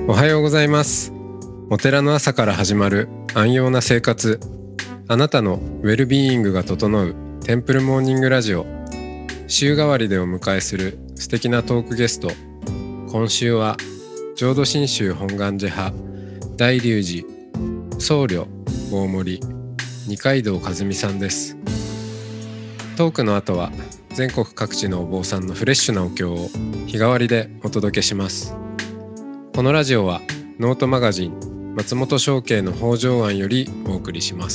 おはようございます。お寺の朝から始まる安養な生活、あなたのウェルビーイングが整うテンプルモーニングラジオ。週替わりでお迎えする素敵なトークゲスト。今週は浄土真宗本願寺派大龍寺僧侶大森二階堂和美さんです。トークの後は全国各地のお坊さんのフレッシュなお経を日替わりでお届けします。このラジオはノートマガジン松本商家の北条庵よりお送りします。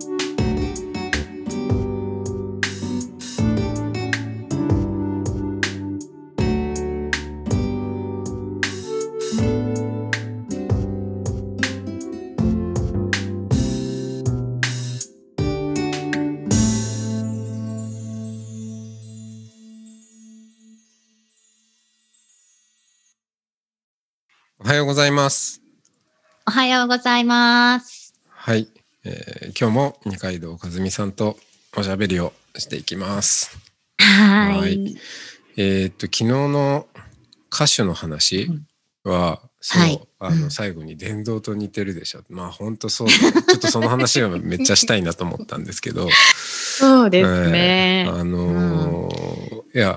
おはようございます。 おはようございます。 はい、今日も二階堂和美さんとおしゃべりをしていきます。 はい。 昨日の歌手の話は、そう、はい、最後に伝道と似てるでしょ。まあ本当そうだ、ね、ちょっとその話はめっちゃしたいなと思ったんですけどそうですね、 いや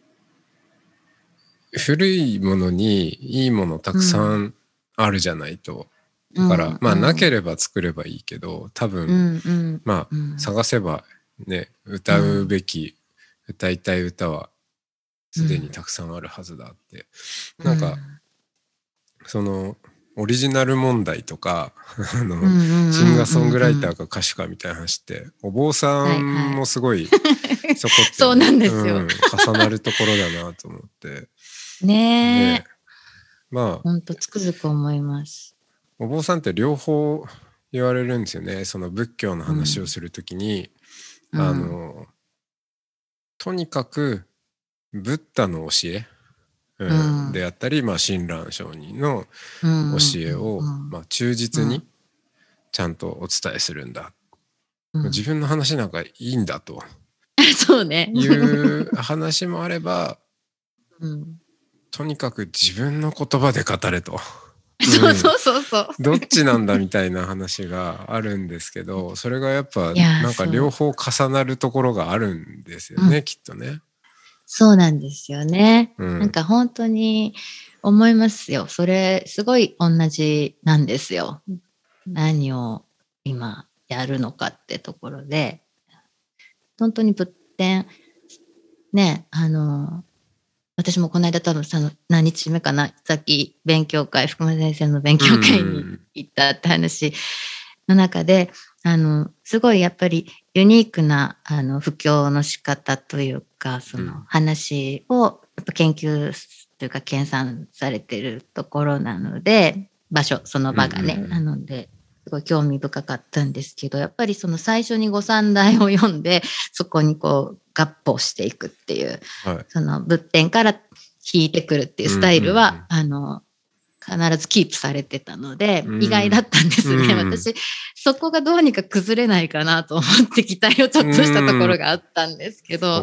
古いものにいいものたくさんあるじゃないと、だから、まあなければ作ればいいけど、多分、まあ探せばね、歌うべき、歌いたい歌はすでにたくさんあるはずだって、なんかそのオリジナル問題とかシンガーソングライターか歌手かみたいな話ってお坊さんもすごい、そこって、 そうなんですよ、 重なるところだなと思ってねえ、 まあ本当つくづく思います。 お坊さんって両方言われるんですよね。その仏教の話をするときに、とにかくブッダの教え、であったり、まあ、親鸞上人の教えを、まあ、忠実にちゃんとお伝えするんだ、自分の話なんかいいんだとそうねいう話もあれば、とにかく自分の言葉で語れとそうどっちなんだみたいな話があるんですけど、それがやっぱなんか両方重なるところがあるんですよね、きっとね。 そうなんですよね、なんか本当に思いますよ。それすごい同じなんですよ。何を今やるのかってところで、本当に仏典ね、私もこの間多分何日目かな、さっき勉強会、福間先生の勉強会に行ったって話の中で、すごいやっぱりユニークな布教の仕方というか、その話をやっぱ研究というか研鑽されてるところなので、その場がね、なのですごい興味深かったんですけど、やっぱりその最初に御三代を読んで、そこにこう合法していくっていう、その仏典から引いてくるっていうスタイルは、必ずキープされてたので、意外だったんですね。私そこがどうにか崩れないかなと思って期待をちょっとしたところがあったんですけど、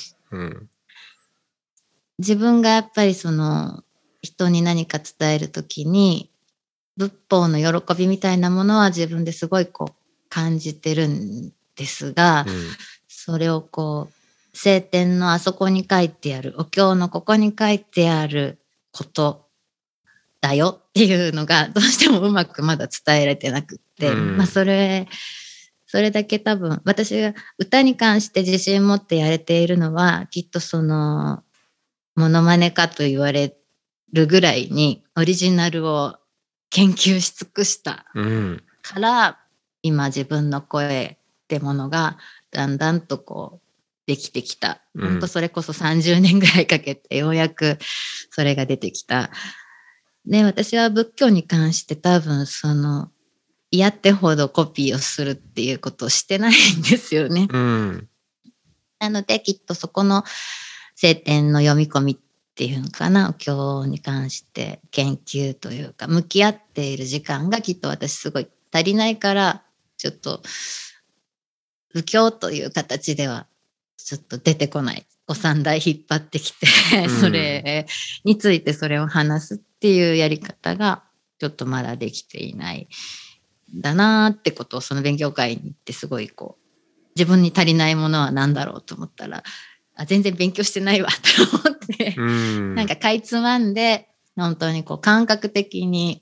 自分がやっぱりその人に何か伝えるときに仏法の喜びみたいなものは自分ですごいこう感じてるんですが、それをこう聖典のあそこに書いてある、お経のここに書いてあることだよっていうのがどうしてもうまくまだ伝えられてなくって、まあそれだけ多分私が歌に関して自信持ってやれているのは、きっとそのモノマネかと言われるぐらいにオリジナルを研究し尽くしたから、今自分の声ってものがだんだんとこうできてきた。本当それこそ30年ぐらいかけてようやくそれが出てきた。ね、私は仏教に関して多分その嫌ってほどコピーをするっていうことをしてないんですよね。なのできっとそこの聖典の読み込みっていうのかな、お経に関して研究というか向き合っている時間がきっと私すごい足りないから、ちょっと仏教という形ではちょっと出てこない。御三代引っ張ってきてそれについてそれを話すってっていうやり方がちょっとまだできていないんだなってことをその勉強会に行ってすごいこう自分に足りないものは何だろうと思ったら全然勉強してないわと思ってなんかかいつまんで本当にこう感覚的に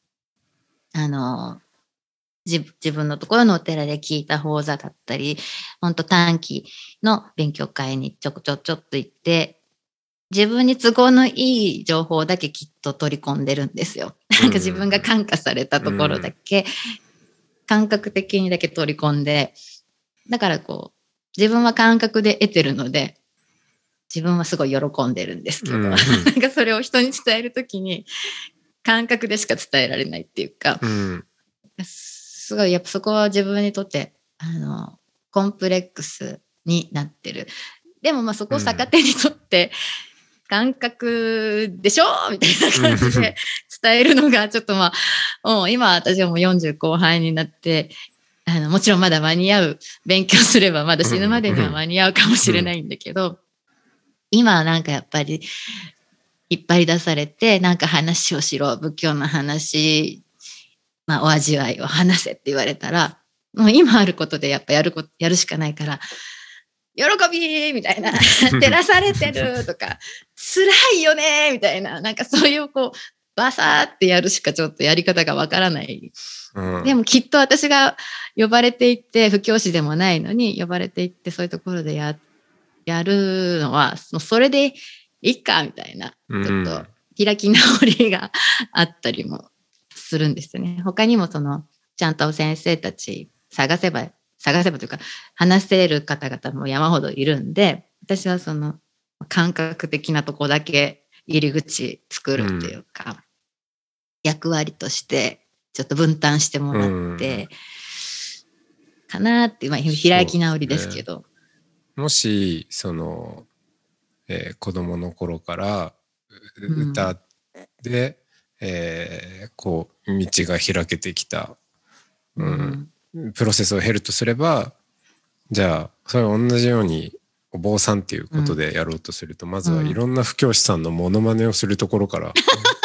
自分のところのお寺で聞いた講座だったり本当短期の勉強会にちょっと行って自分に都合のいい情報だけきっと取り込んでるんですよ。なんか自分が感化されたところだけ、感覚的にだけ取り込んで、だからこう自分は感覚で得てるので自分はすごい喜んでるんですけど、なんかそれを人に伝えるときに感覚でしか伝えられないっていうか、すごいやっぱそこは自分にとってコンプレックスになってる。でもまあそこを逆手にとって、感覚でしょみたいな感じで伝えるのがちょっとまあ今私はもう40後半になってもちろんまだ間に合う勉強すればまだ死ぬまでには間に合うかもしれないんだけど、今はなんかやっぱり引っ張り出されてなんか話をしろ仏教の話、まあ、お味わいを話せって言われたらもう今あることでやっぱやるしかないから喜びみたいな照らされてるとか辛いよねみたいななんかそういうこうバサーってやるしかちょっとやり方がわからない、でもきっと私が呼ばれていって布教師でもないのに呼ばれていってそういうところでやるのはもうそれでいいかみたいなちょっと開き直りがあったりもするんですよね。他にもそのちゃんと先生たち探せばというか話せる方々も山ほどいるんで私はその感覚的なとこだけ入り口作るっていうか、役割としてちょっと分担してもらって、かなって、まあ、開き直りですけど、 もしその、子供の頃から歌で、こう道が開けてきた、プロセスを経るとすればじゃあそれ同じようにお坊さんっていうことでやろうとすると、まずはいろんな布教師さんのモノマネをするところから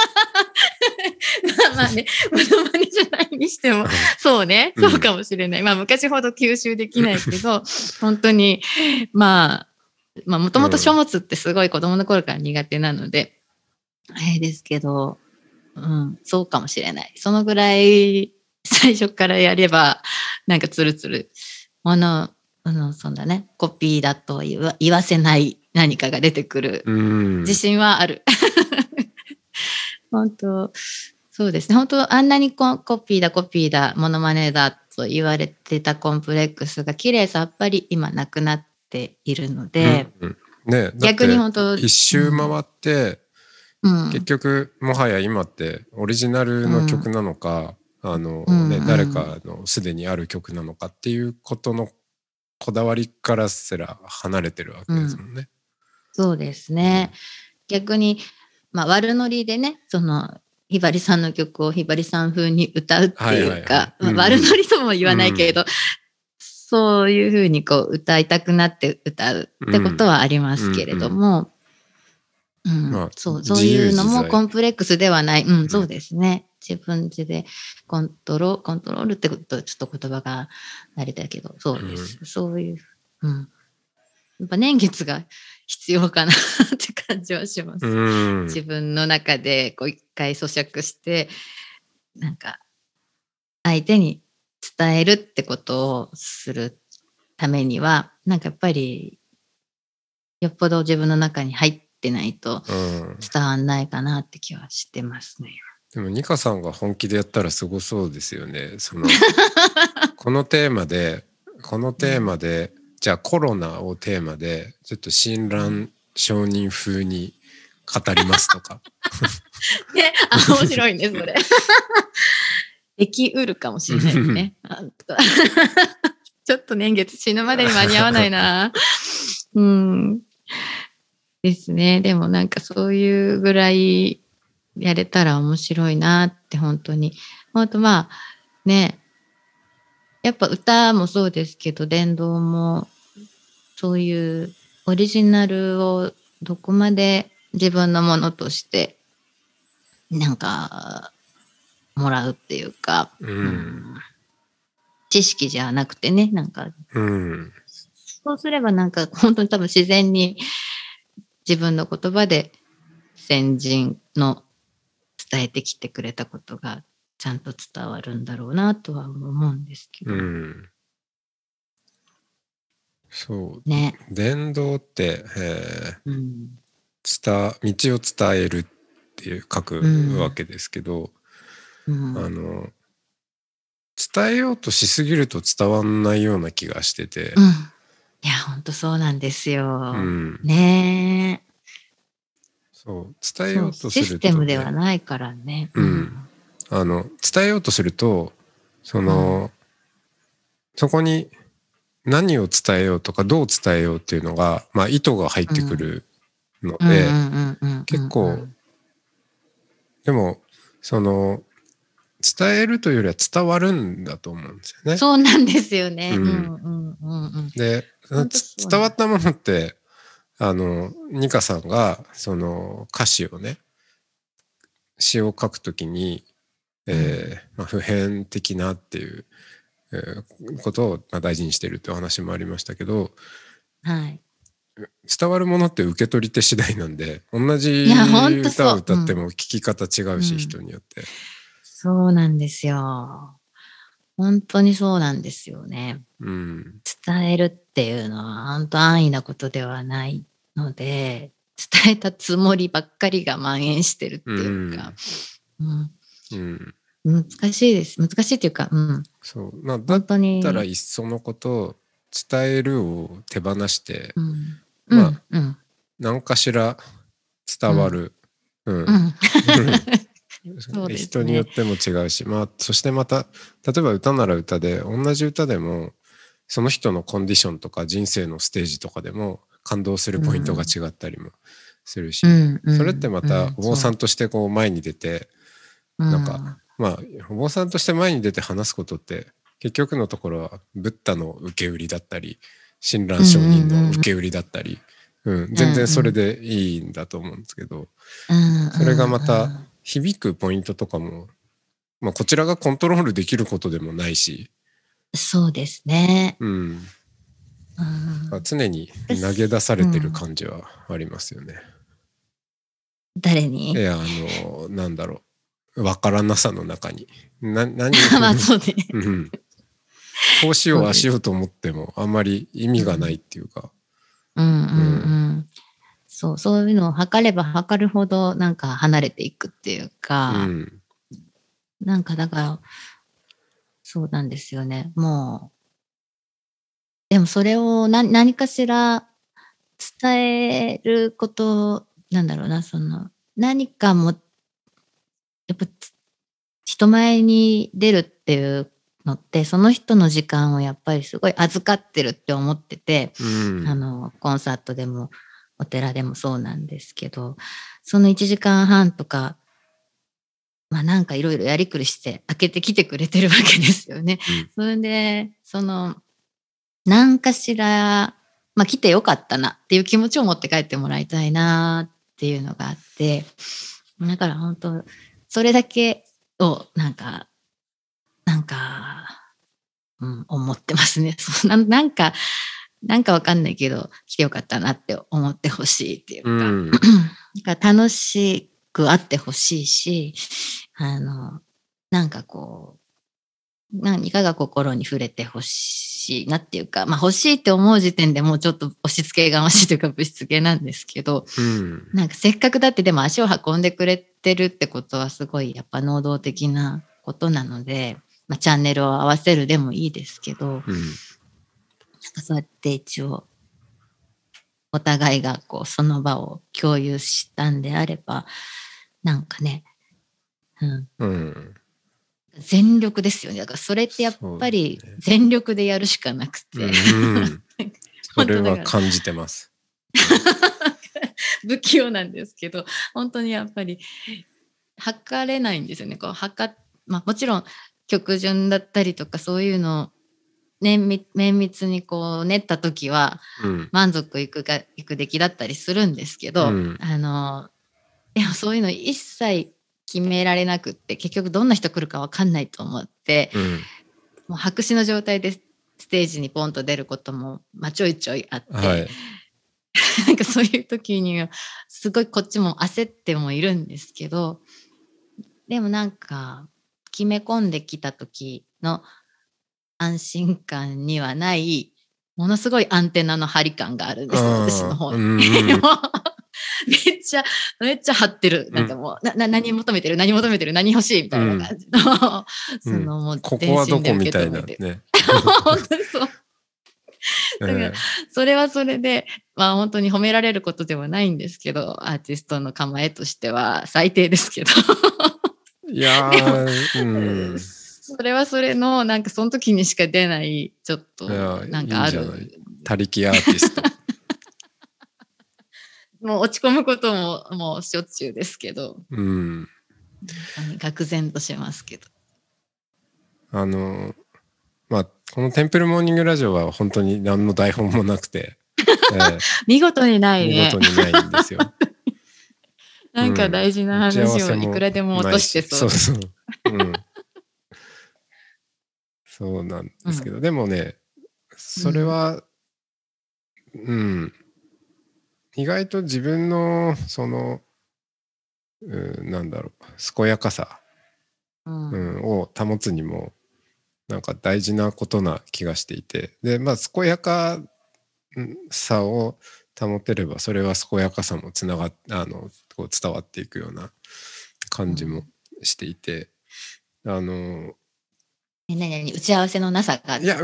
まあねモノマネじゃないにしてもそうね、そうかもしれない、まあ昔ほど吸収できないけど本当にまあもともと書物ってすごい子供の頃から苦手なので、あれですけど、そうかもしれない。そのぐらい最初からやればなんかつるつるそんなねコピーだと言わせない何かが出てくる自信はある。本当そうですね。本当あんなにコピーだモノマネだと言われてたコンプレックスがきれいさっぱり今なくなっているので、 ね、 逆に本当一周回って、結局もはや今ってオリジナルの曲なのか、誰かのすでにある曲なのかっていうことのこだわりからすら離れてるわけですもんね。 そうですね。逆に、まあ、悪ノリでねそのひばりさんの曲をひばりさん風に歌うっていうか、悪ノリとも言わないけれど、そういう風にこう歌いたくなって歌うってことはありますけれども、そういうのもコンプレックスではない、そうですね。自分自でコントロールってことちょっと言葉が慣れたけどそうです、そういう、やっぱ年月が必要かなって感じはします。自分の中でこう一回咀嚼してなんか相手に伝えるってことをするためにはなんかやっぱりよっぽど自分の中に入ってないと伝わんないかなって気はしてますね。 でもニカさんが本気でやったらすごそうですよね。このテーマでじゃあコロナをテーマでちょっと親鸞上人風に語りますとか。 ね、面白いねそれ。できうるかもしれないね。ちょっと年月死ぬまでに間に合わないな。ですね。でもなんかそういうぐらいやれたら面白いなって本当まあね。やっぱ歌もそうですけど伝道もそういうオリジナルをどこまで自分のものとしてなんかもらうっていうか、知識じゃなくてね、なんか、そうすればなんか本当に多分自然に自分の言葉で先人の伝えてきてくれたことがちゃんと伝わるんだろうなとは思うんですけど。 そうね。 伝道って、道を伝えるっていう書くわけですけど、伝えようとしすぎると伝わんないような気がしてて、 いや本当そうなんですよ。ねえ。 そう伝えようとすると、ね、 システムではないからね。 伝えようとするとそこに何を伝えようとかどう伝えようっていうのが、意図が入ってくるので、結構でも伝えるというよりは伝わるんだと思うんですよね。 そうなんですよね。 で伝わったものってニカさんが歌詞をね詩を書くときに、普遍的なっていうことを大事にしてるってお話もありましたけど、伝わるものって受け取り手次第なんで、同じ歌を歌っても聞き方違うし、人によって。 そうなんですよ。本当にそうなんですよね。伝えるっていうのは本当安易なことではないので、伝えたつもりばっかりが蔓延してるっていうか、難しいです。難しいっていうか、 そうだったらいっそのこと伝えるを手放して、何かしら伝わる、人によっても違うし、そしてまた例えば歌なら歌で同じ歌でもその人のコンディションとか人生のステージとかでも感動するポイントが違ったりもするし、それってまたお坊さんとしてこう前に出て、なんかお坊さんとして前に出て話すことって結局のところはブッダの受け売りだったり親鸞上人の受け売りだったり、全然それでいいんだと思うんですけど、それがまた響くポイントとかも、こちらがコントロールできることでもないし、 そうですね。 常に投げ出されてる感じはありますよね。 誰に？ いやなんだろう、わからなさの中に何そうね。 こうしようああしようと思ってもあんまり意味がないっていうか。 そういうのを測れば測るほどなんか離れていくっていうか、なんかだからそうなんですよね。もうでもそれを何かしら伝えることなんだろうな、何かもやっぱ人前に出るっていうのってその人の時間をやっぱりすごい預かってるって思ってて、コンサートでもお寺でもそうなんですけど、その1時間半とかなんかいろいろやりくりして開けてきてくれてるわけですよね。それで何かしら来てよかったなっていう気持ちを持って帰ってもらいたいなっていうのがあって、だから本当それだけをなんか、思ってますね。なんかわかんないけど来てよかったなって思ってほしいっていうか、だから楽しくあってほしいし、なんかこう何かが心に触れてほしいなっていうか、欲しいって思う時点でもうちょっと押し付けがましいというかぶしつけなんですけど、なんかせっかくだってでも足を運んでくれてるってことはすごいやっぱ能動的なことなので、チャンネルを合わせるでもいいですけど、なんかそうやって一応お互いがこうその場を共有したんであればなんかね、全力ですよね。だからそれってやっぱり全力でやるしかなくて、 それは感じてます。 不器用なんですけど、本当にやっぱり測れないんですよね。もちろん曲順だったりとかそういうのを綿密にこう練った時は満足いく出来だったりするんですけど、でもそういうの一切決められなくって、結局どんな人来るか分かんないと思って、もう白紙の状態でステージにポンと出ることも、ちょいちょいあって、はい、なんかそういう時にはすごいこっちも焦ってもいるんですけど、でもなんか決め込んできた時の安心感にはないものすごいアンテナの張り感があるんです、私の方に。めっちゃ張ってる。なんかもう、何求めてる何求めてる何欲しいみたいな感じの、そのもうここはどこみたいなね。 本当にそう。だからそれはそれで、本当に褒められることではないんですけど、アーティストの構えとしては最低ですけど。 いやー、 それはそれのなんかその時にしか出ないちょっとなんかある。 いいんじゃない？他力アーティスト。 もう落ち込むことももうしょっちゅうですけど、愕然としますけど。 このテンプルモーニングラジオは本当に何の台本もなくて、 見事にないね。 見事にないんですよ。 なんか大事な話をいくらでも落としてそう。 そう。そうなんですけど、でもね、それは、意外と自分のその、なんだろう、健やかさ、を保つにもなんか大事なことな気がしていて、で健やかさを保てればそれは健やかさもこう伝わっていくような感じもしていて、 何打ち合わせのなさがあるってこと？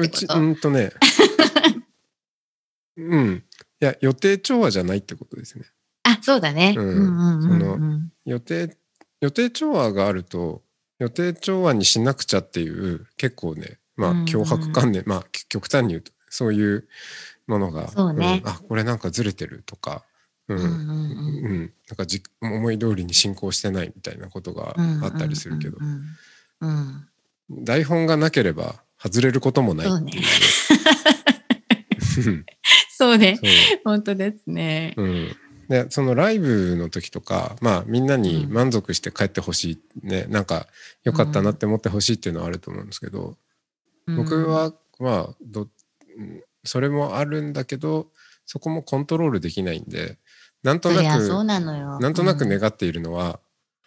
いや予定調和じゃないってことですね。 あ、そうだね。 予定調和があると予定調和にしなくちゃっていう結構ね、強迫観念、極端に言うとそういうものが、これなんかずれてるとか、なんか思い通りに進行してないみたいなことがあったりするけど、台本がなければ外れることもないっていう。 そうね。本当ですね。 でそのライブの時とか、みんなに満足して帰ってほしいね、なんか良かったなって思ってほしいっていうのはあると思うんですけど、僕はそれもあるんだけどそこもコントロールできないんで、なんとなく願っているのは、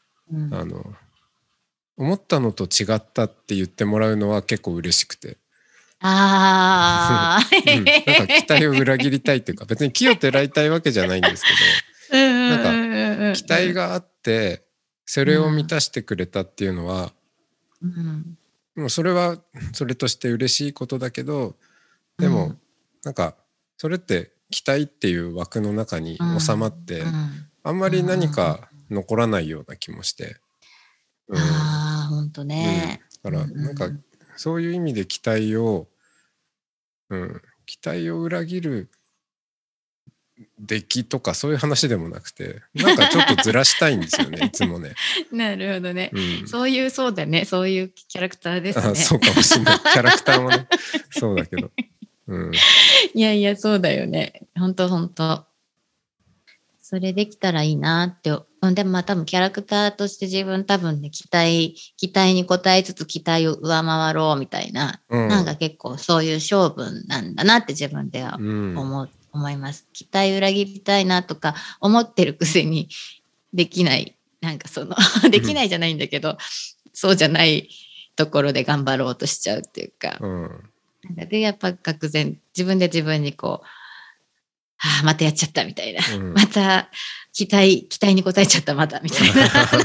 思ったのと違ったって言ってもらうのは結構嬉しくて。なんか期待を裏切りたいっていうか、別に奇をてらいたいわけじゃないんですけど、なんか期待があってそれを満たしてくれたっていうのは、もうそれはそれとして嬉しいことだけど、でもなんかそれって期待っていう枠の中に収まって、あんまり何か残らないような気もして、 本当ね。 だからなんかそういう意味で期待を裏切る出来とかそういう話でもなくて、なんかちょっとずらしたいんですよねいつもね。 なるほどね、そうだね、そういうキャラクターですね。 そうかもしれない。キャラクターもねそうだけど、 いやそうだよね。本当それできたらいいなって。でも多分キャラクターとして自分多分ね、期待に応えつつ期待を上回ろうみたいな、なんか結構そういう勝負なんだなって自分では思います。期待裏切りたいなとか思ってるくせにできない、なんかそのできないじゃないんだけど、そうじゃないところで頑張ろうとしちゃうっていうか、でやっぱ愕然、自分で自分にこう、またやっちゃったみたいな、また期待に応えちゃったまたみたいななんか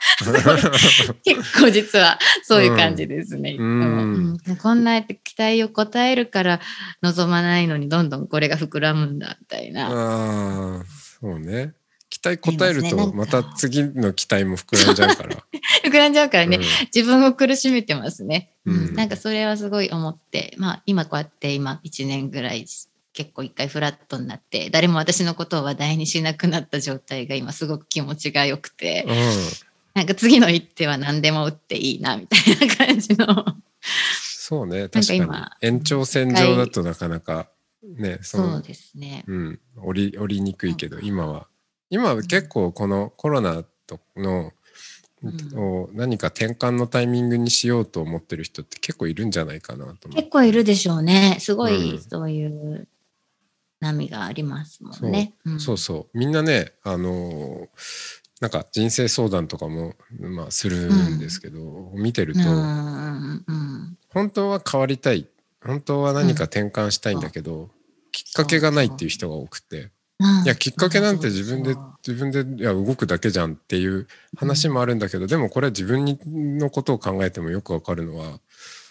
結構実はそういう感じですね。こんなやって期待を応えるから望まないのにどんどんこれが膨らむんだみたいな。 そうね。期待応えるとまた次の期待も膨らんじゃうから膨らんじゃうからね、自分を苦しめてますね。なんかそれはすごい思って、今こうやって1年ぐらい結構一回フラットになって誰も私のことを話題にしなくなった状態が今すごく気持ちが良くて、なんか次の一手は何でも打っていいなみたいな感じの。 そうね、確かに延長線上だとなかなかね、 そうですね、 降りにくいけど、今は結構このコロナのうんを何か転換のタイミングにしようと思ってる人って結構いるんじゃないかなと思って。 結構いるでしょうね。すごい、 うんそういう波がありますもそう、 んね。 そうそうみんなねなんか人生相談とかも、まあ、するんですけど、見てると、本当は変わりたい、本当は何か転換したいんだけど、きっかけがないっていう人が多くて、いやきっかけなんて自分でいや動くだけじゃんっていう話もあるんだけど、でもこれは自分のことを考えてもよくわかるのは、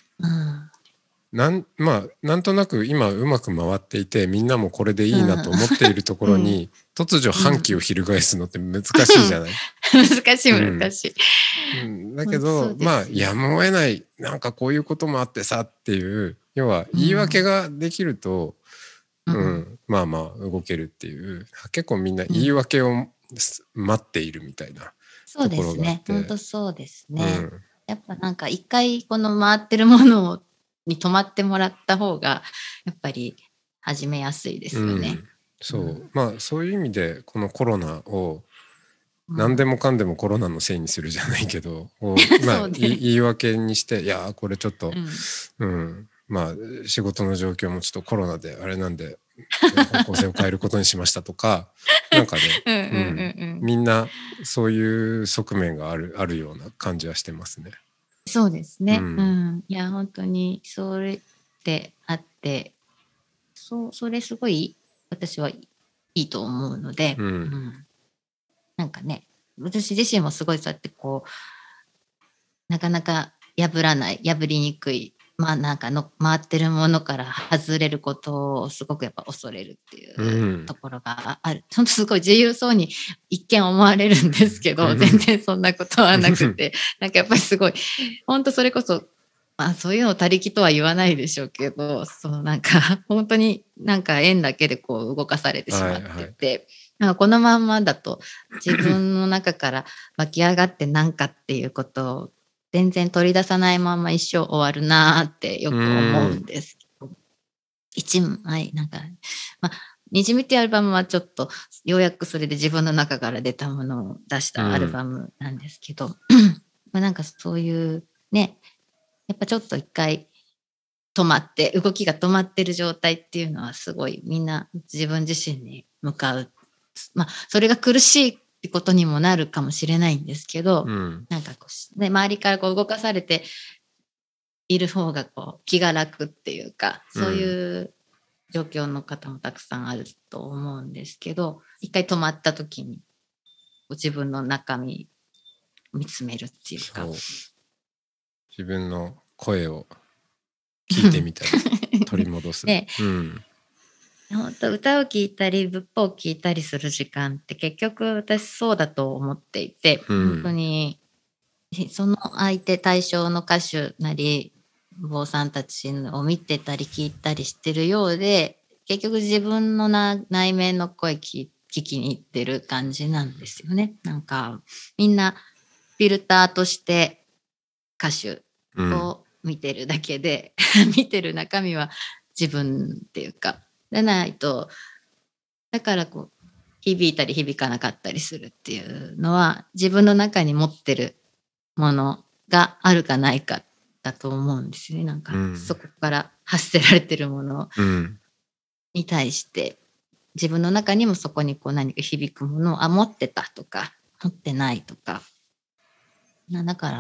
まあなんとなく今うまく回っていてみんなもこれでいいなと思っているところに、突如反旗を翻すのって難しいじゃない、 難しい、 だけど、まあやむを得ない、なんかこういうこともあってさっていう、要は言い訳ができると、まあまあ動けるっていう、結構みんな言い訳を待っているみたいなそうとですね。 ころがあって、 本当そうですね。やっぱなんか一回この回ってるものに止まってもらった方がやっぱり始めやすいですよね。 そう、まあそういう意味でこのコロナを何でもかんでもコロナのせいにするじゃないけど、まあ言い訳にして、いやこれちょっと、まあ仕事の状況もちょっとコロナであれなんで方向性を変えることにしましたとかなんかね、みんなそういう側面があるような感じはしてますね。 そうですね。いや本当にそれってあって、それすごい私はいいと思うので、なんかね、私自身もすごいそうやってこうなかなか破りにくい、まあなんか回ってるものから外れることをすごくやっぱ恐れるっていうところがある。本当すごい自由そうに一見思われるんですけど、全然そんなことはなくて、なんかやっぱりすごい、本当それこそ、まあそういうの他力とは言わないでしょうけど、そのなんか本当になんか縁だけでこう動かされてしまってて、なんかこのまんまだと自分の中から湧き上がってなんかっていうことを全然取り出さないまま一生終わるなってよく思うんですけど、一枚なんか、まあ、にじみっていうアルバムはちょっとようやくそれで自分の中から出たものを出したアルバムなんですけど、まあなんかそういうね、やっぱちょっと一回止まって動きが止まってる状態っていうのはすごいみんな自分自身に向かう、まあそれが苦しいってことにもなるかもしれないんですけど、なんかこう、ね、周りからこう動かされている方がこう気が楽っていうか、そういう状況の方もたくさんあると思うんですけど、一回止まった時に自分の中身見つめるっていうか、 自分の声を聞いてみたり取り戻す。 本当歌を聴いたり仏法を聴いたりする時間って結局私そうだと思っていて、本当にその対象の歌手なり坊さんたちを見てたり聞いたりしてるようで、結局自分の内面の声聞きに行ってる感じなんですよね。なんかみんなフィルターとして歌手を見てるだけで、見てる中身は自分っていうかでないと、だからこう響いたり響かなかったりするっていうのは自分の中に持ってるものがあるかないかだと思うんですよね。なんかそこから発せられてるものに対して自分の中にもそこにこう何か響くものを持ってたとか持ってないとか、だから、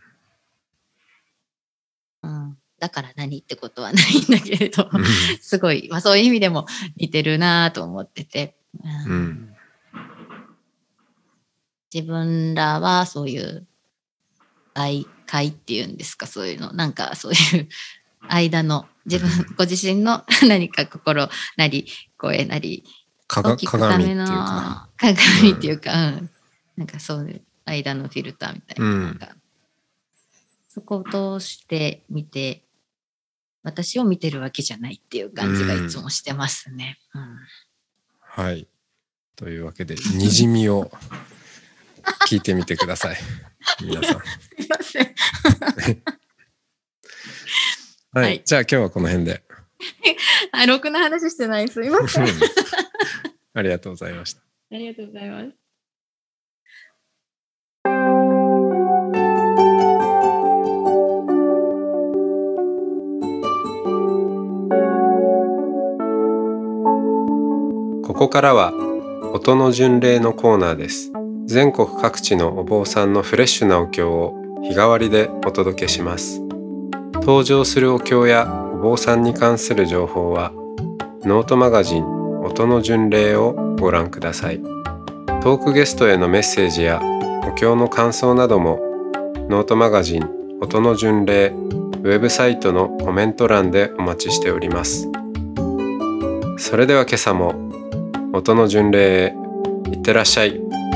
だから何ってことはないんだけれど、すごい、まあ、そういう意味でも似てるなと思ってて、自分らはそういう愛っていうんですか、そういうのなんかそういう間のご自身の何か心なり声なりを聞くための鏡っていうか、なんかそういう間のフィルターみたいな、なんかそこを通して見て私を見てるわけじゃないっていう感じがいつもしてますね。 はい。というわけで、にじみを聞いてみてください。皆さん。すいません。はい。じゃあ今日はこの辺で。 ろくな話してない。すいません。 ありがとうございました。 ありがとうございます。 ここからは音の巡礼のコーナーです。全国各地のお坊さんのフレッシュなお経を日替わりでお届けします。登場するお経やお坊さんに関する情報はノートマガジン音の巡礼をご覧ください。トークゲストへのメッセージやお経の感想などもノートマガジン音の巡礼ウェブサイトのコメント欄でお待ちしております。それでは今朝も音の巡礼へいってらっしゃい。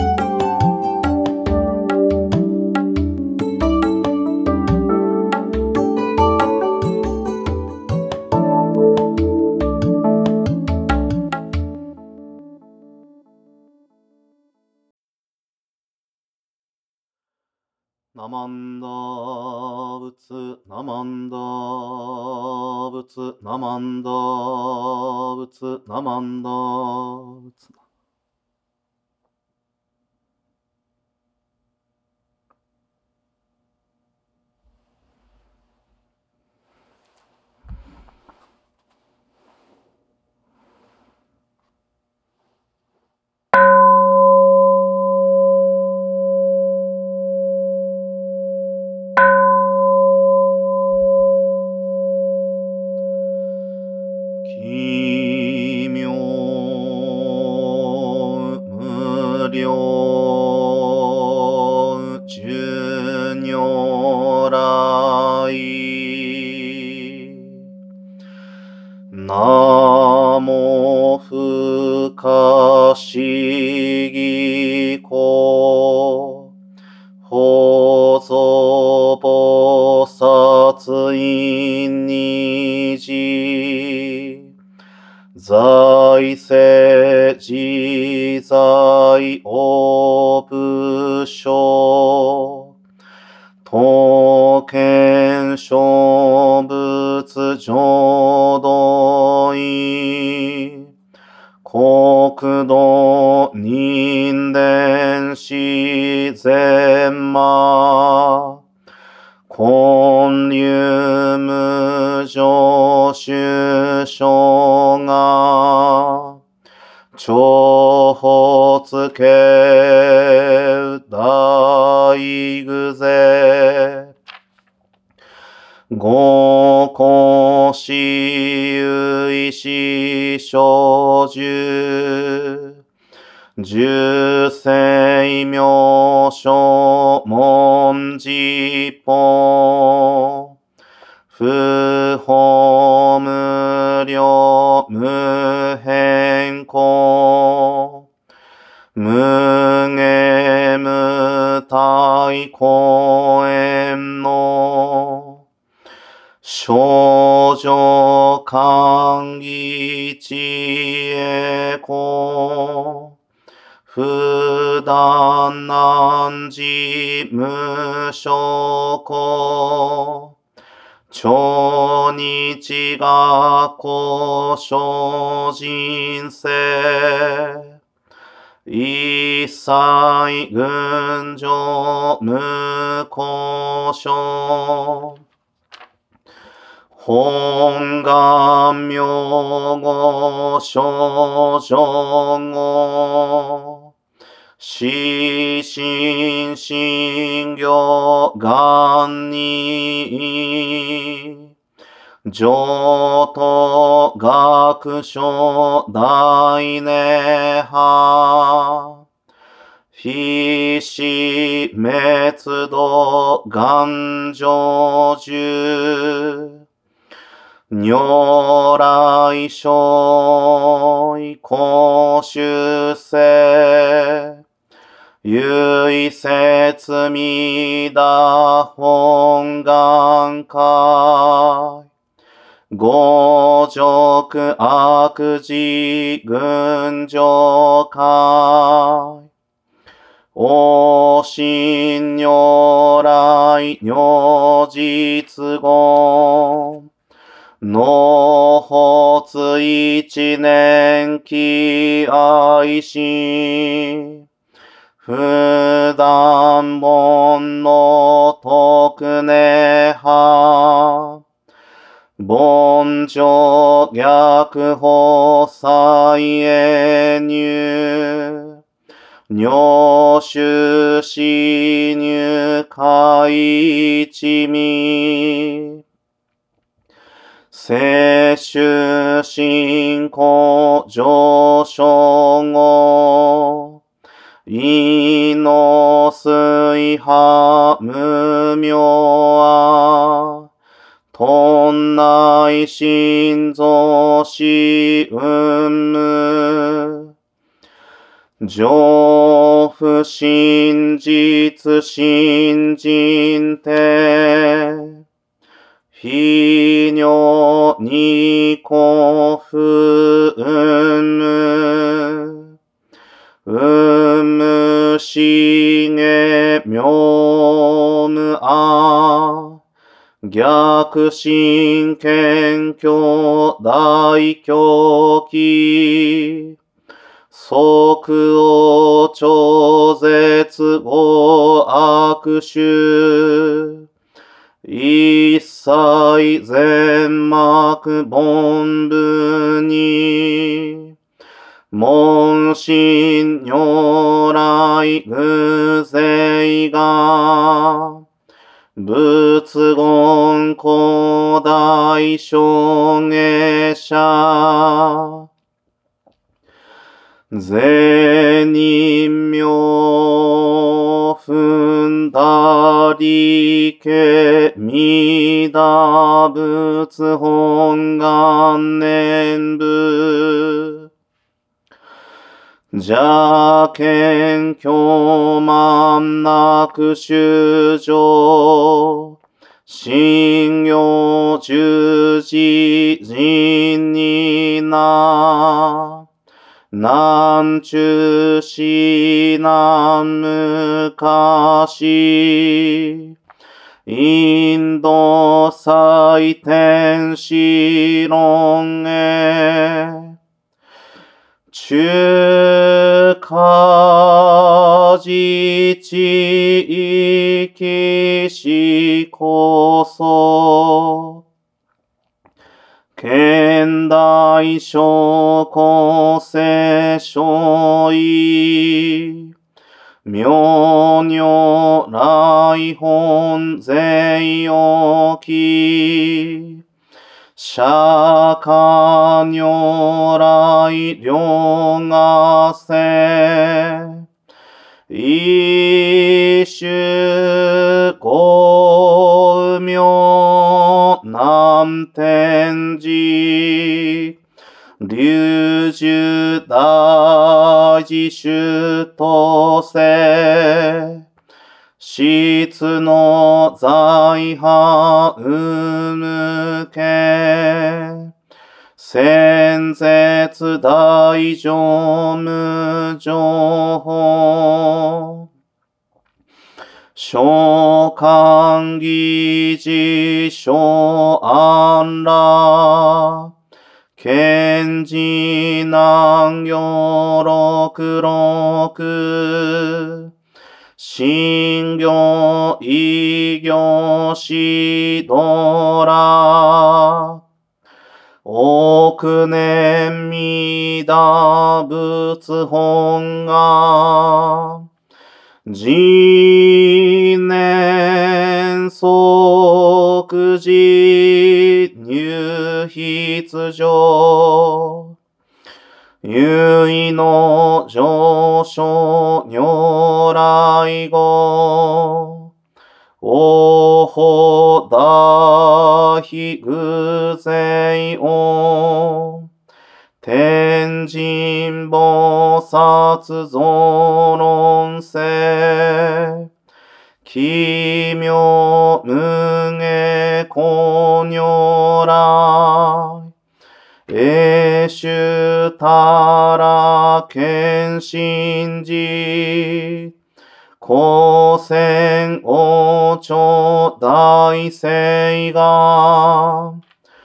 ナマンダー仏、ナマンダー仏、ナマンダー仏、ナマンダー仏。奇妙無量寿如来ナモ不可思議故法蔵菩薩院にじ財政自在応部所刀剣諸仏浄土院国土人伝自然魔建立無常主所が重発形大偶勢五個子有意思小樹十世名所文字本不法無量無変更無下無体公園の少女歓喜知恵子不断難事無所故超日学校小人生一切群上無故障本願名号少女語死心心行願に上等学書大涅槃非死滅度願成就如来所以公修世唯説弥陀本願会五辱悪事群上会お心如来如実言納発一年期愛心不断本の徳涅槃煩根性逆法再へ入。尿臭死入海一味。摂取進行上昇後。胃の水波無明は。とん内心臓死運無。上不真実信心て。非尿二個不運無。運無しげ妙無あ。逆心謙虚大狂気。即応超絶語悪臭。一切全幕凡部に。問心如来偶勢が。仏言古代証下者。善人名踏んだりけみだ仏本願念部。邪見狂慢なく修正。信行十字人にな。南中市南昔。インド最天使論へ。中華自治域史こそ。現代諸古世所意。妙如来本税置き。釈迦如来両がせ。一種五名南天寺。龍樹大寺主とせ。質の財派うむけ。先絶大乗無情報。召喚議事所安ら。賢治南行六六。信行異行しどら。億年未だ仏本願。次年即時入筆上。唯意の上昇如来語。応報大悲偶勢を。天神菩薩増論世。奇妙無下公如来。永衆たら見心寺。光線王朝大聖が。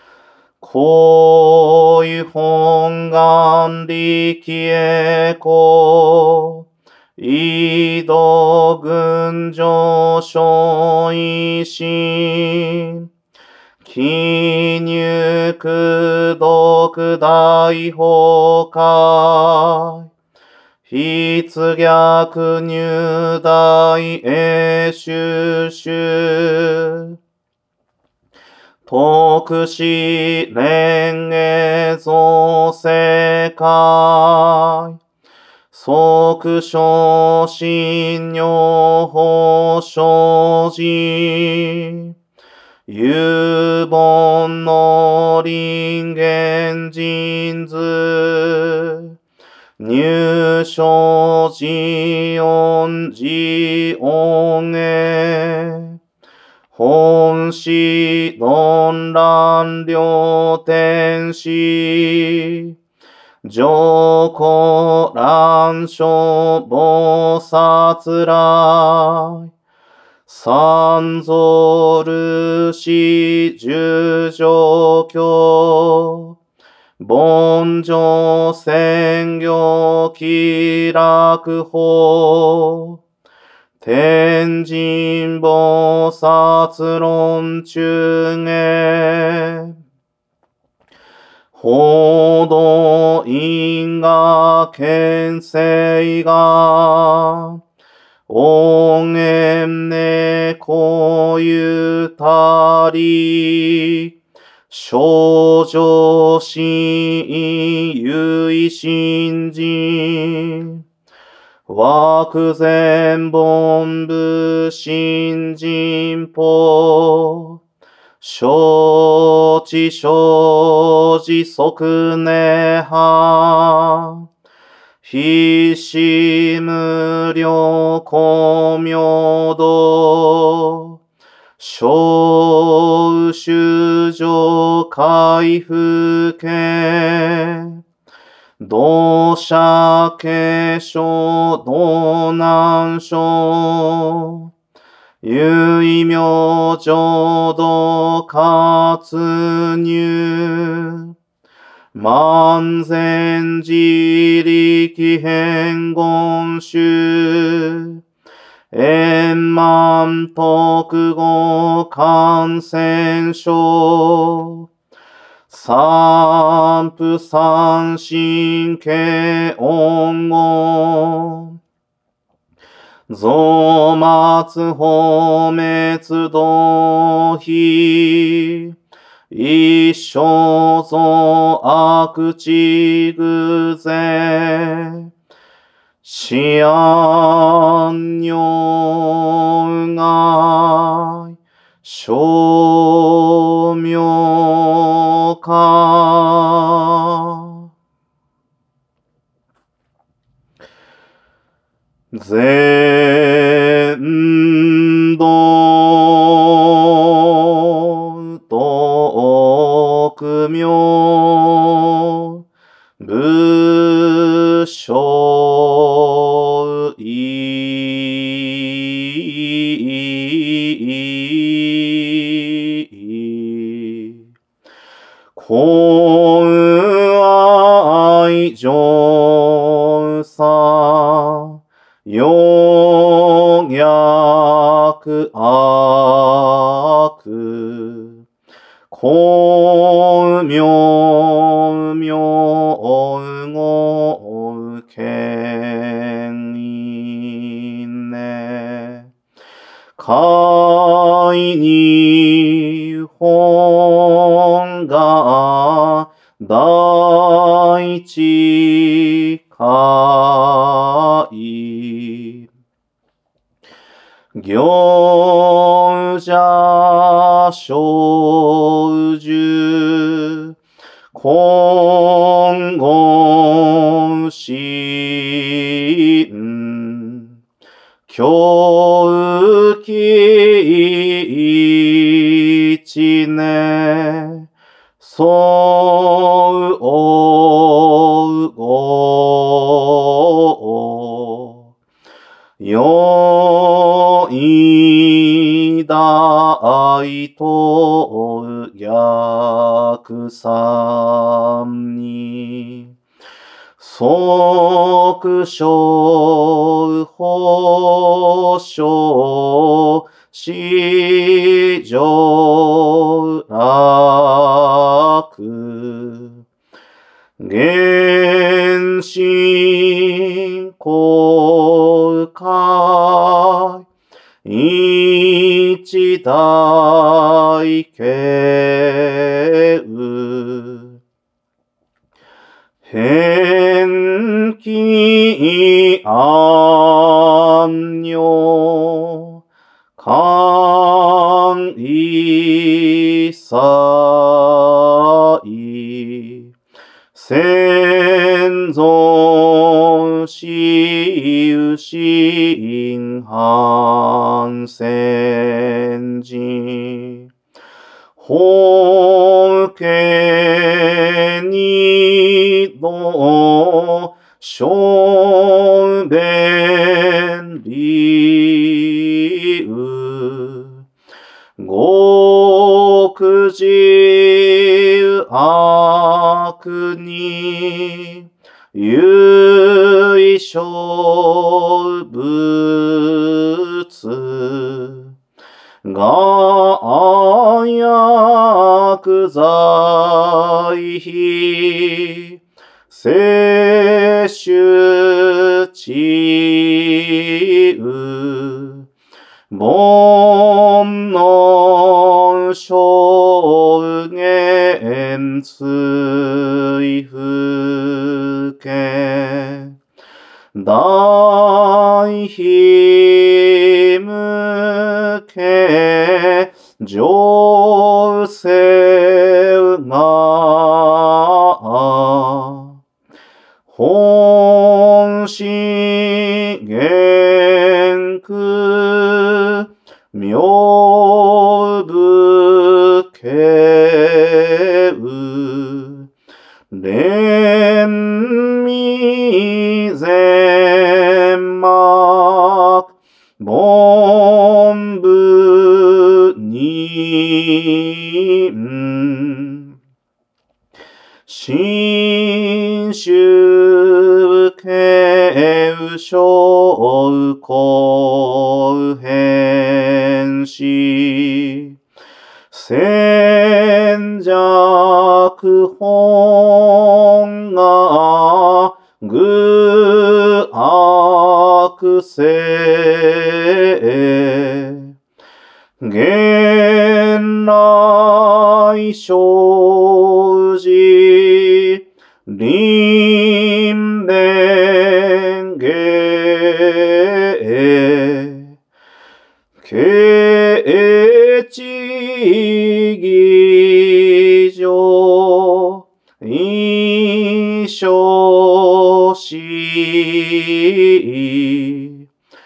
こう本願力へこ。井戸群上昇維新。 気入苦毒大崩壊。筆逆入大英収集。特使蓮華造世界。即所信女法生寺。有本の人間人図。入所寺音寺音へ。本師論乱両天使。上古乱書菩薩来。三蔵ルシ十条教。凡上専業気楽法。天神菩薩論中へ。報道因果見性が。音縁ねこゆたり。少女心唯心人。枠前本部新人法。承知生じ即涅槃。必死無量光明道。小修上回復系。同社継承道南書。有意明浄土活入。万全自力変言集。円満特語感染症。三不三神経音語。増末法滅道非。一生増悪地偶然。思案如外。称名化。全道徳名。仏性公愛上さ。四逆悪。光明明語権威ね。海に本が大地海。行者小樹。金剛心。教気一ね。そうおうご。よい大と逆三に。即生法生死上来原神公開一大慶雨返帰安女観一切先存死有心反戦時本家に度小便理由極自悪に由小物が薬剤費摂取治癒煩悩証言追不見大悲無形上世が本心元空妙武慶雨蓮味全幕凡部人新宗慶小公変し戦弱本が愚悪性現来生じ輪弁芸慶知義上一生し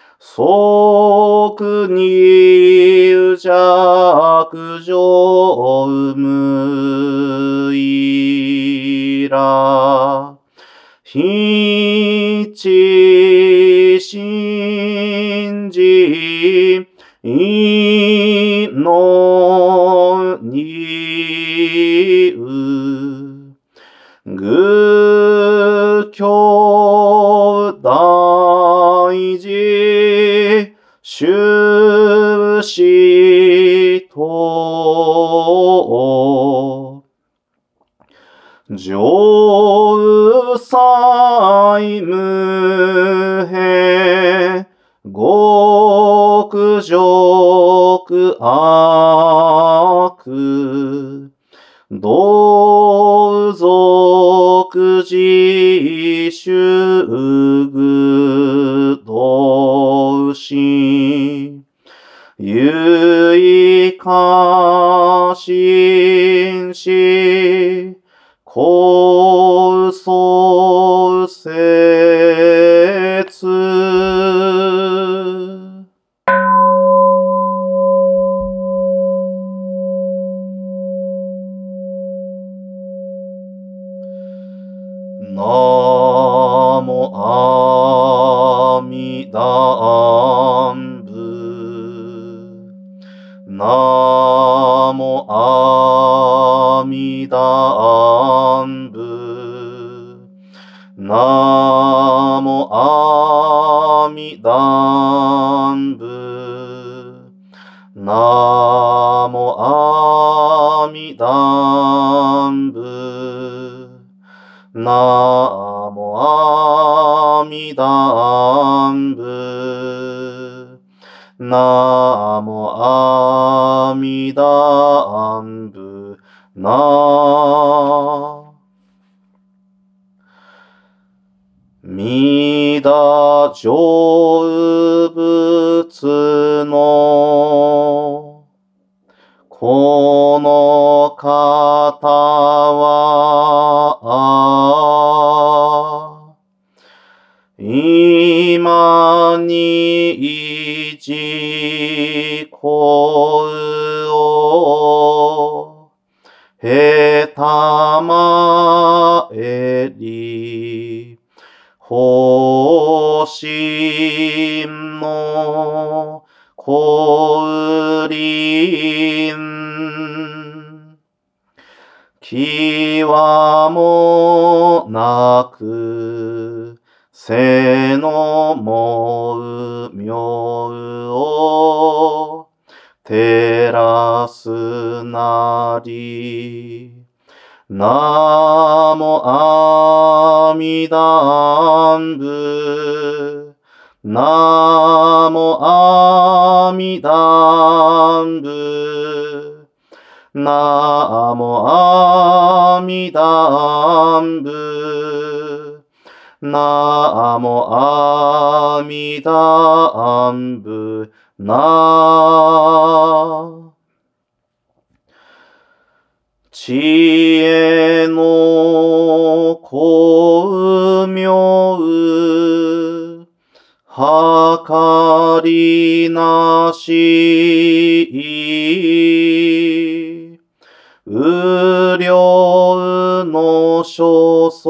即に弱上無いら非知信じいのにう愚教大事修士と上妻無辺極辱悪同族自主具同心有意過信し高創説ナモ阿弥陀仏ナモ阿弥陀仏ナモ阿弥陀仏ナモ阿弥陀仏ナも阿弥陀仏。なも阿弥陀仏。弥陀成仏のこの方は今に一こをへたまえり法身の降臨きわもなくせのもう妙を照らすなり。なも阿弥陀仏。なも阿弥陀仏。なも阿弥陀仏。なも阿弥陀仏。知恵の光明はかりなし無量の所相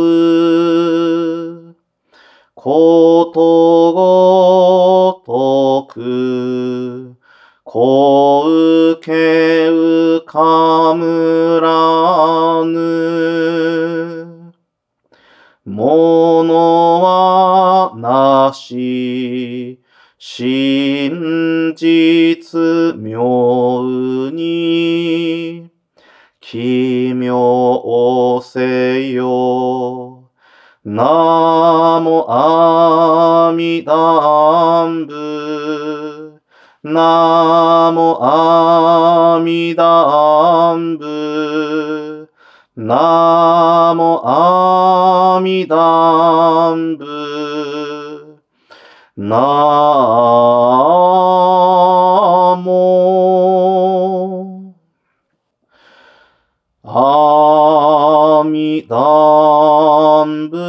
ことごとくこうけうかむらぬものはなし真実妙に奇妙せよ。なも阿弥陀仏。なも阿弥陀仏。なも阿弥陀仏。なも阿弥陀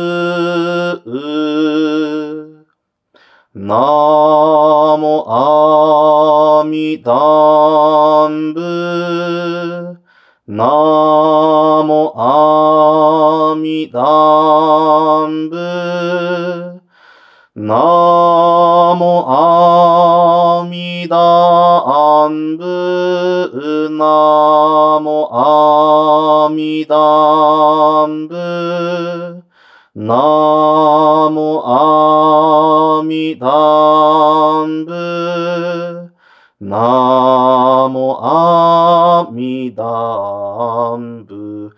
仏。なも阿弥陀仏。なも阿弥陀仏。なも阿弥陀仏。なも阿弥陀仏。なも阿弥陀仏。なも阿弥陀仏。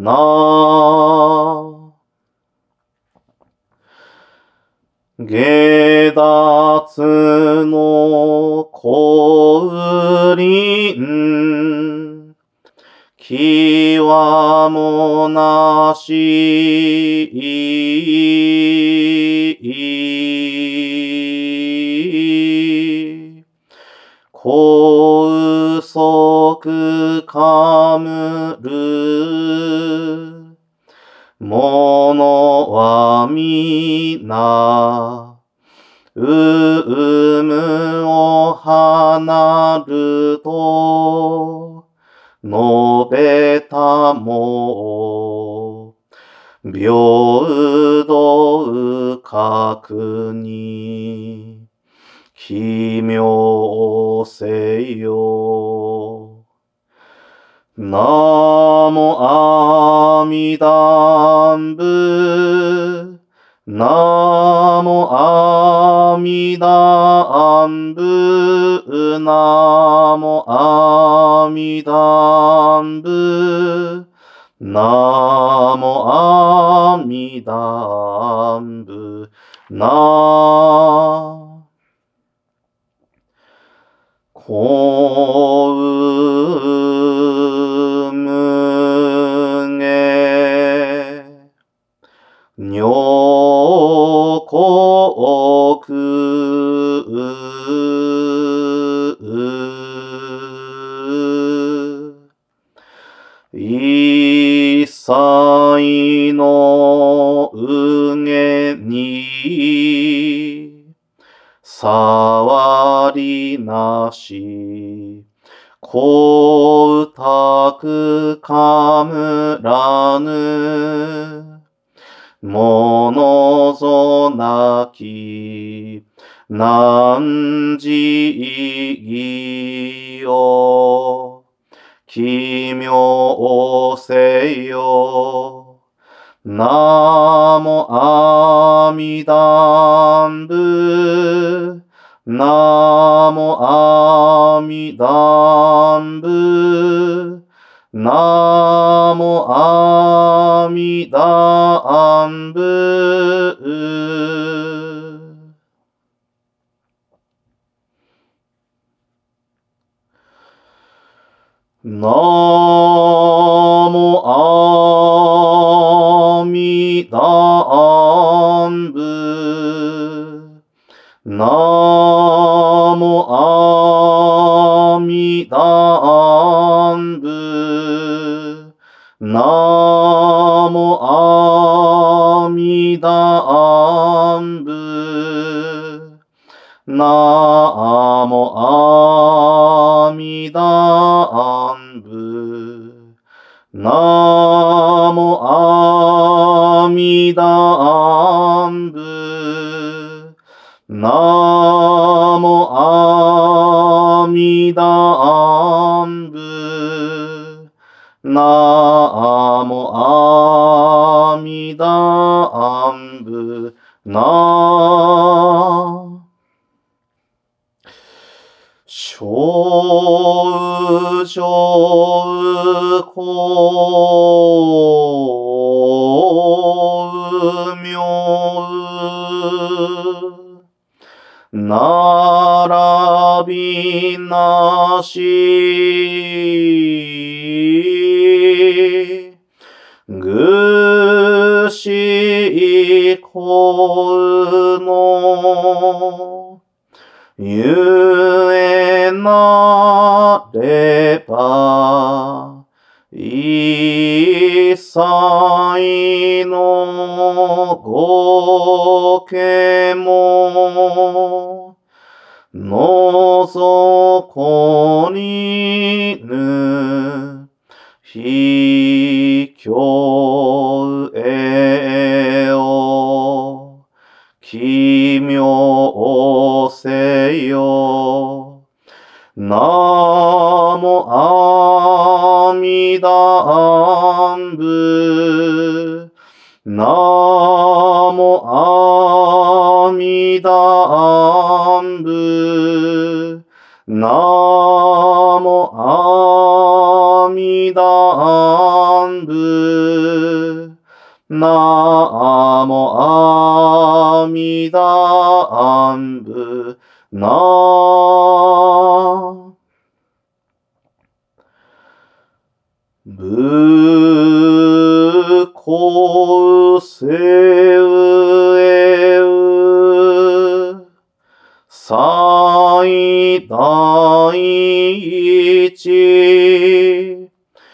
下脱の降臨きわもなしこうそくかむるものはみなうむを離ると述べたも平等確に奇妙せよ。なも阿弥陀仏。なも阿弥陀仏。なも阿弥陀仏。 ナモアミダンブナコウムゲニョコク一切のうげにさわりなしこうたくかむらぬものぞなきなんじいよ奇妙せよナモアミダンブナモアミダンブナモアミダンブナモアミダンブナモアミダンブナモアミダンブナモアミダンブナモアミダンブナモアミダンブナモアミダンブナ少女光明並びなしぐしこのゆえなれば一切のごけものぞこにぬひきょうえよ奇妙せよナモアミダンブナモアミダンブナモアミダンブナモアミダンブナぶこうせうえう最大一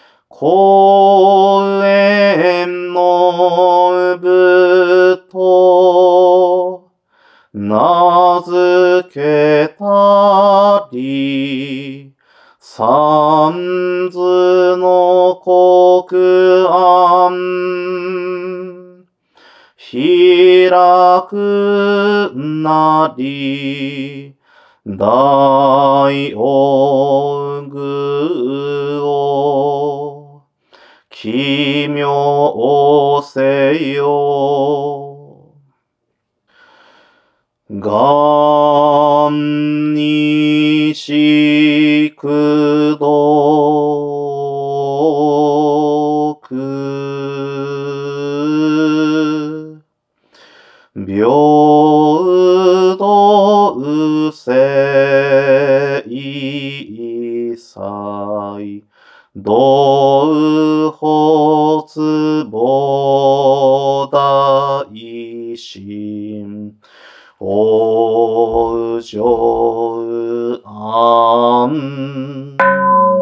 公園のぶと名付けたり三途の国安開くなり大王具を奇妙せよがんにしくどく平等性祭道発菩提心往生安楽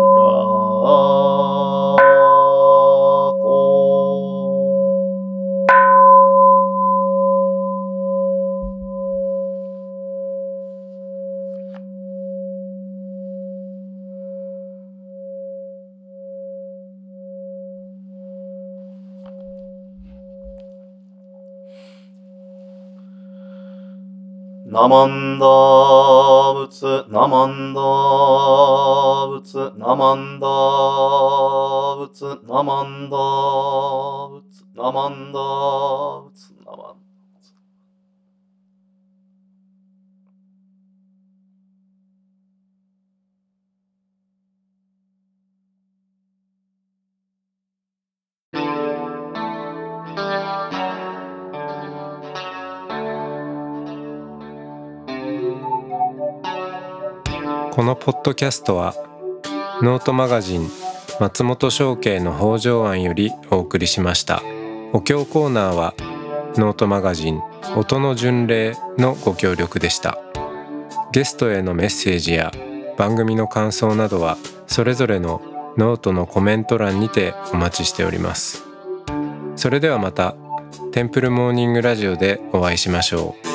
ナマンダ仏ナマンダ仏ナマンダ仏ナマンダ仏ナマンダ仏ナマンこのポッドキャストはノートマガジン松本商家の北条庵よりお送りしました。お経コーナーはノートマガジン音の巡礼のご協力でした。ゲストへのメッセージや番組の感想などはそれぞれのノートのコメント欄にてお待ちしております。それではまたテンプルモーニングラジオでお会いしましょう。